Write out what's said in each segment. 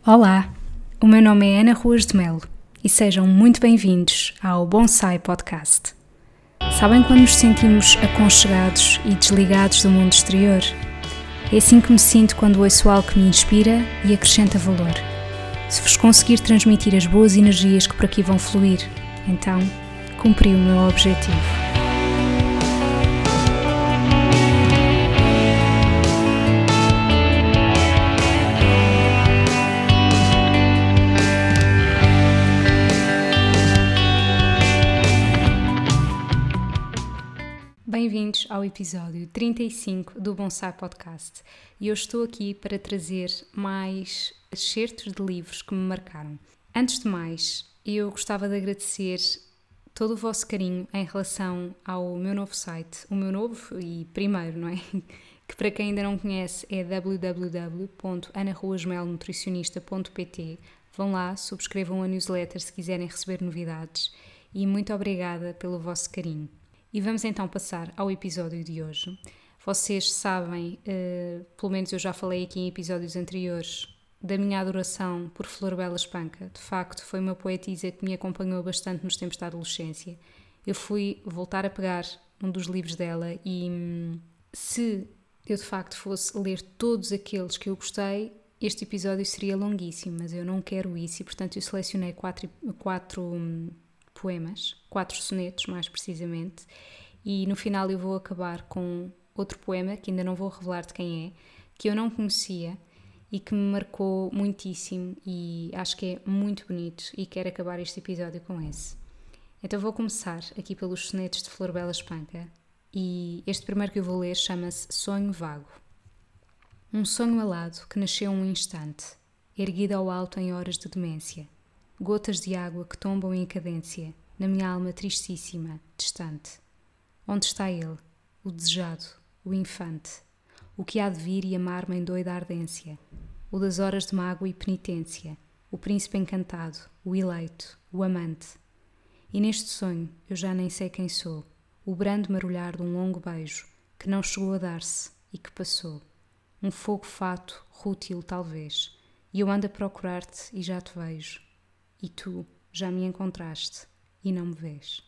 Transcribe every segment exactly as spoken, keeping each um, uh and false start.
Olá, o meu nome é Ana Ruas de Melo e sejam muito bem-vindos ao Bonsai Podcast. Sabem quando nos sentimos aconchegados e desligados do mundo exterior? É assim que me sinto quando ouço algo que me inspira e acrescenta valor. Se vos conseguir transmitir as boas energias que por aqui vão fluir, então cumpri o meu objetivo. Bem-vindos ao episódio trinta e cinco do Bonsai Podcast e eu estou aqui para trazer mais excertos de livros que me marcaram. Antes de mais, eu gostava de agradecer todo o vosso carinho em relação ao meu novo site, o meu novo e primeiro, não é? Que para quem ainda não conhece é w w w ponto ana ruas melo nutricionista ponto p t. Vão lá, subscrevam a newsletter se quiserem receber novidades e muito obrigada pelo vosso carinho. E vamos então passar ao episódio de hoje. Vocês sabem, uh, pelo menos eu já falei aqui em episódios anteriores, da minha adoração por Florbela Espanca. De facto, foi uma poetisa que me acompanhou bastante nos tempos da adolescência. Eu fui voltar a pegar um dos livros dela e hum, se eu de facto fosse ler todos aqueles que eu gostei, este episódio seria longuíssimo, mas eu não quero isso e portanto eu selecionei quatro... quatro hum, poemas, quatro sonetos mais precisamente, e no final eu vou acabar com outro poema que ainda não vou revelar de quem é, que eu não conhecia e que me marcou muitíssimo e acho que é muito bonito e quero acabar este episódio com esse. Então vou começar aqui pelos sonetos de Florbela Espanca e este primeiro que eu vou ler chama-se Sonho Vago. Um sonho alado que nasceu um instante, erguido ao alto em horas de demência. Gotas de água que tombam em cadência, na minha alma tristíssima, distante. Onde está ele, o desejado, o infante, o que há de vir e amar-me em doida ardência, o das horas de mágoa e penitência, o príncipe encantado, o eleito, o amante. E neste sonho eu já nem sei quem sou, o brando marulhar de um longo beijo, que não chegou a dar-se e que passou. Um fogo fato, rútil talvez, e eu ando a procurar-te e já te vejo. E tu já me encontraste e não me vês.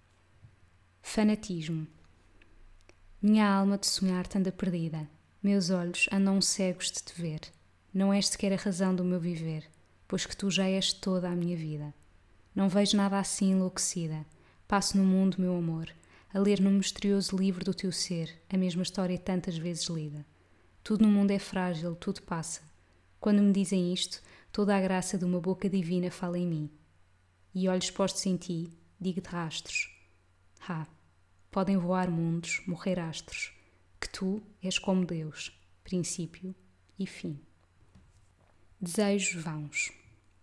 Fanatismo. Minha alma de sonhar-te anda perdida, meus olhos andam cegos de te ver. Não és sequer a razão do meu viver, pois que tu já és toda a minha vida. Não vejo nada assim enlouquecida, passo no mundo, meu amor, a ler num misterioso livro do teu ser, a mesma história tantas vezes lida. Tudo no mundo é frágil, tudo passa. Quando me dizem isto, toda a graça de uma boca divina fala em mim. E olhos postos em ti, digo-te rastros. Ah, podem voar mundos, morrer astros, que tu és como Deus, princípio e fim. Desejos vãos.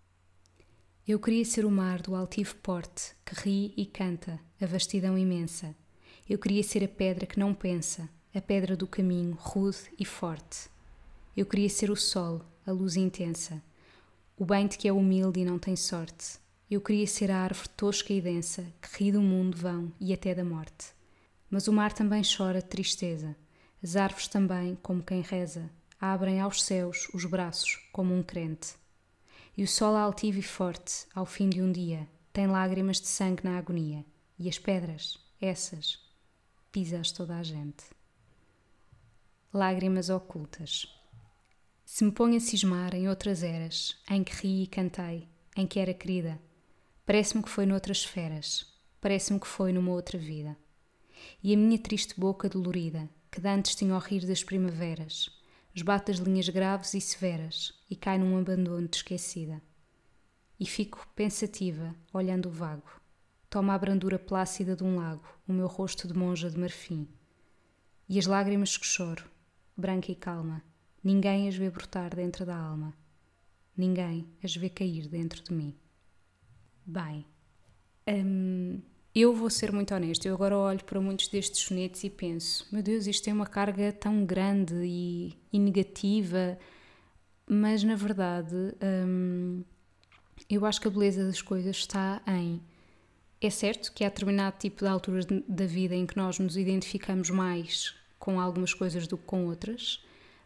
Eu queria ser o mar do altivo porte, que ri e canta, a vastidão imensa. Eu queria ser a pedra que não pensa, a pedra do caminho, rude e forte. Eu queria ser o sol, a luz intensa, o bem-te que é humilde e não tem sorte. Eu queria ser a árvore tosca e densa, que ri do mundo vão e até da morte. Mas o mar também chora de tristeza. As árvores também, como quem reza, abrem aos céus os braços, como um crente. E o sol altivo e forte, ao fim de um dia, tem lágrimas de sangue na agonia. E as pedras, essas, pisas toda a gente. Lágrimas ocultas. Se me ponho a cismar em outras eras, em que ri e cantei, em que era querida, parece-me que foi noutras esferas, parece-me que foi numa outra vida. E a minha triste boca dolorida, que dantes tinha ao rir das primaveras, esbate as linhas graves e severas e cai num abandono de esquecida. E fico pensativa, olhando o vago. Toma a brandura plácida de um lago, o meu rosto de monja de marfim. E as lágrimas que choro, branca e calma, ninguém as vê brotar dentro da alma. Ninguém as vê cair dentro de mim. Bem, hum, eu vou ser muito honesta. Eu agora olho para muitos destes sonetos e penso, meu Deus, isto tem uma carga tão grande e, e negativa, mas na verdade hum, eu acho que a beleza das coisas está em... É certo que há determinado tipo de alturas da vida em que nós nos identificamos mais com algumas coisas do que com outras,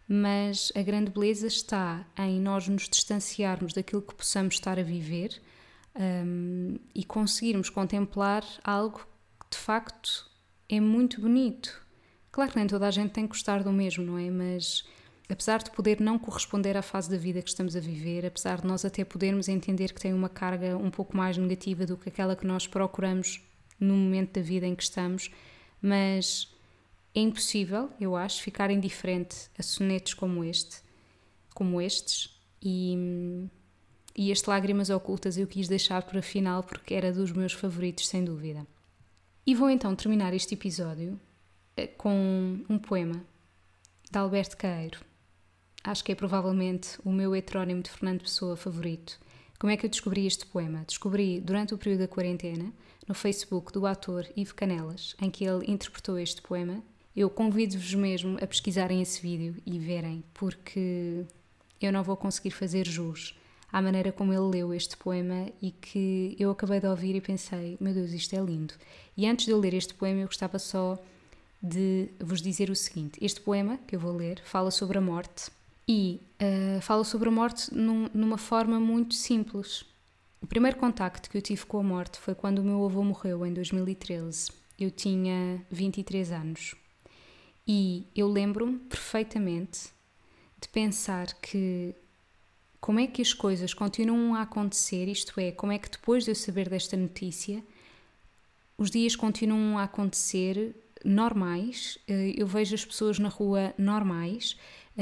mas a grande beleza está em nós nos distanciarmos daquilo que possamos estar a viver um, e conseguirmos contemplar algo que de facto é muito bonito. Claro que nem toda a gente tem que gostar do mesmo, não é? Mas apesar de poder não corresponder à fase da vida que estamos a viver, apesar de nós até podermos entender que tem uma carga um pouco mais negativa do que aquela que nós procuramos no momento da vida em que estamos, mas é impossível, eu acho, ficar indiferente a sonetos como este, como estes, e, e este Lágrimas Ocultas eu quis deixar para a final porque era dos meus favoritos, sem dúvida. E vou então terminar este episódio com um poema de Alberto Queiro. Acho que é provavelmente o meu heterónimo de Fernando Pessoa favorito. Como é que eu descobri este poema? Descobri durante o período da quarentena, no Facebook do ator Ivo Canelas, em que ele interpretou este poema. Eu convido-vos mesmo a pesquisarem esse vídeo e verem, porque eu não vou conseguir fazer jus à maneira como ele leu este poema e que eu acabei de ouvir e pensei, meu Deus, isto é lindo. E antes de eu ler este poema eu gostava só de vos dizer o seguinte. Este poema que eu vou ler fala sobre a morte e uh, fala sobre a morte num, numa forma muito simples. O primeiro contacto que eu tive com a morte foi quando o meu avô morreu em dois mil e treze. Eu tinha vinte e três anos e eu lembro-me perfeitamente de pensar que como é que as coisas continuam a acontecer, isto é, como é que depois de eu saber desta notícia os dias continuam a acontecer normais, eu vejo as pessoas na rua normais,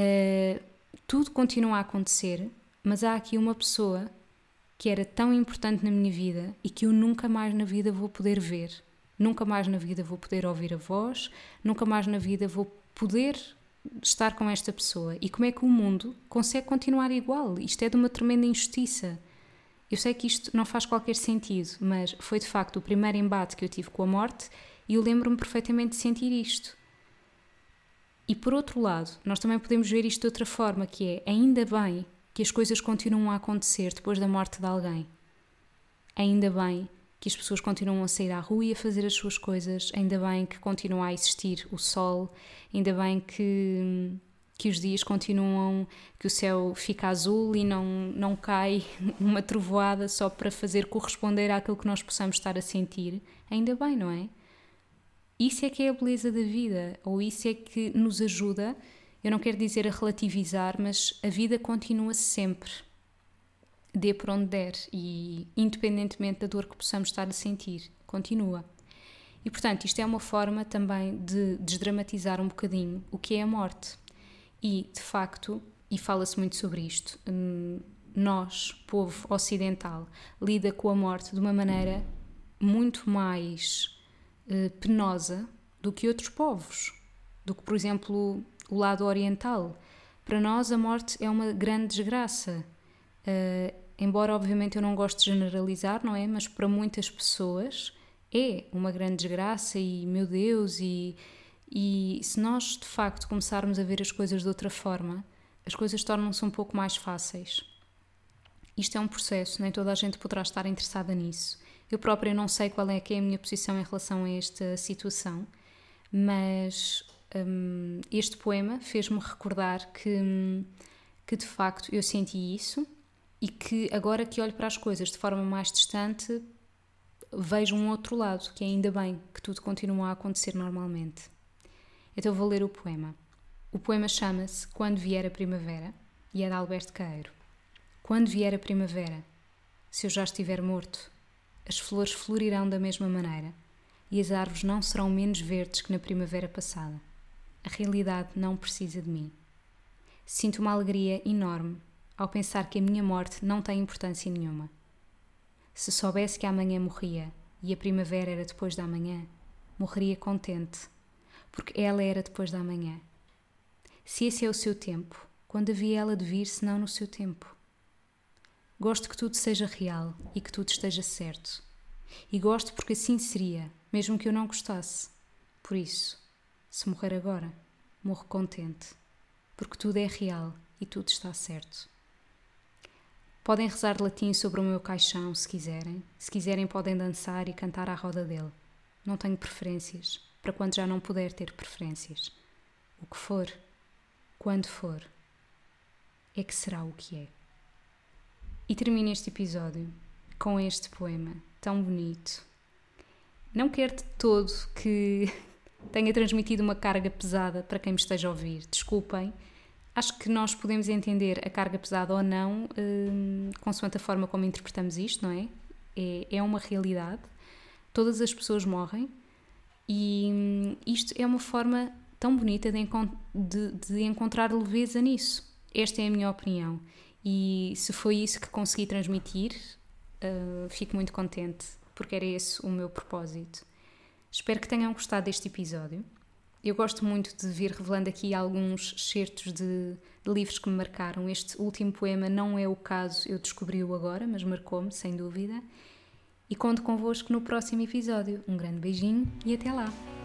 tudo continua a acontecer, mas há aqui uma pessoa que era tão importante na minha vida e que eu nunca mais na vida vou poder ver, nunca mais na vida vou poder ouvir a voz, nunca mais na vida vou poder estar com esta pessoa. E como é que o mundo consegue continuar igual? Isto é de uma tremenda injustiça. Eu sei que isto não faz qualquer sentido, mas foi de facto o primeiro embate que eu tive com a morte e eu lembro-me perfeitamente de sentir isto. E por outro lado, nós também podemos ver isto de outra forma, que é, ainda bem que as coisas continuam a acontecer depois da morte de alguém. Ainda bem que as pessoas continuam a sair à rua e a fazer as suas coisas, ainda bem que continua a existir o sol, ainda bem que, que os dias continuam, que o céu fica azul e não, não cai uma trovoada só para fazer corresponder àquilo que nós possamos estar a sentir. Ainda bem, não é? Isso é que é a beleza da vida, ou isso é que nos ajuda, eu não quero dizer a relativizar, mas a vida continua sempre, dê por onde der, e independentemente da dor que possamos estar a sentir, continua. E portanto, isto é uma forma também de desdramatizar um bocadinho o que é a morte. E, de facto, e fala-se muito sobre isto, nós, povo ocidental, lida com a morte de uma maneira muito mais penosa do que outros povos, do que, por exemplo, o lado oriental. Para nós a morte é uma grande desgraça, uh, embora obviamente eu não gosto de generalizar, não é? Mas para muitas pessoas é uma grande desgraça e, meu Deus, e, e se nós de facto começarmos a ver as coisas de outra forma, as coisas tornam-se um pouco mais fáceis. Isto é um processo, nem toda a gente poderá estar interessada nisso. Eu própria não sei qual é que é a minha posição em relação a esta situação, mas um, este poema fez-me recordar que, que de facto eu senti isso e que agora que olho para as coisas de forma mais distante vejo um outro lado, que é ainda bem que tudo continua a acontecer normalmente. Então vou ler o poema. O poema chama-se Quando Vier a Primavera e é de Alberto Queiro. Quando vier a primavera, se eu já estiver morto, as flores florirão da mesma maneira e as árvores não serão menos verdes que na primavera passada. A realidade não precisa de mim. Sinto uma alegria enorme ao pensar que a minha morte não tem importância nenhuma. Se soubesse que amanhã morria e a primavera era depois da manhã, morreria contente, porque ela era depois da manhã. Se esse é o seu tempo, quando havia ela de vir, senão no seu tempo? Gosto que tudo seja real e que tudo esteja certo. E gosto porque assim seria, mesmo que eu não gostasse. Por isso, se morrer agora, morro contente, porque tudo é real e tudo está certo. Podem rezar latim sobre o meu caixão, se quiserem. Se quiserem, podem dançar e cantar à roda dele. Não tenho preferências, para quando já não puder ter preferências. O que for, quando for, é que será o que é. E termino este episódio com este poema tão bonito. Não quero de todo que tenha transmitido uma carga pesada para quem me esteja a ouvir. Desculpem. Acho que nós podemos entender a carga pesada ou não, hum, consoante a forma como interpretamos isto, não é? É, é uma realidade. Todas as pessoas morrem e hum, isto é uma forma tão bonita de, encont- de, de encontrar leveza nisso. Esta é a minha opinião. E se foi isso que consegui transmitir, uh, fico muito contente, porque era esse o meu propósito. Espero que tenham gostado deste episódio. Eu gosto muito de vir revelando aqui alguns excertos de, de livros que me marcaram. Este último poema não é o caso, eu descobri-o agora, mas marcou-me, sem dúvida. E conto convosco no próximo episódio. Um grande beijinho e até lá!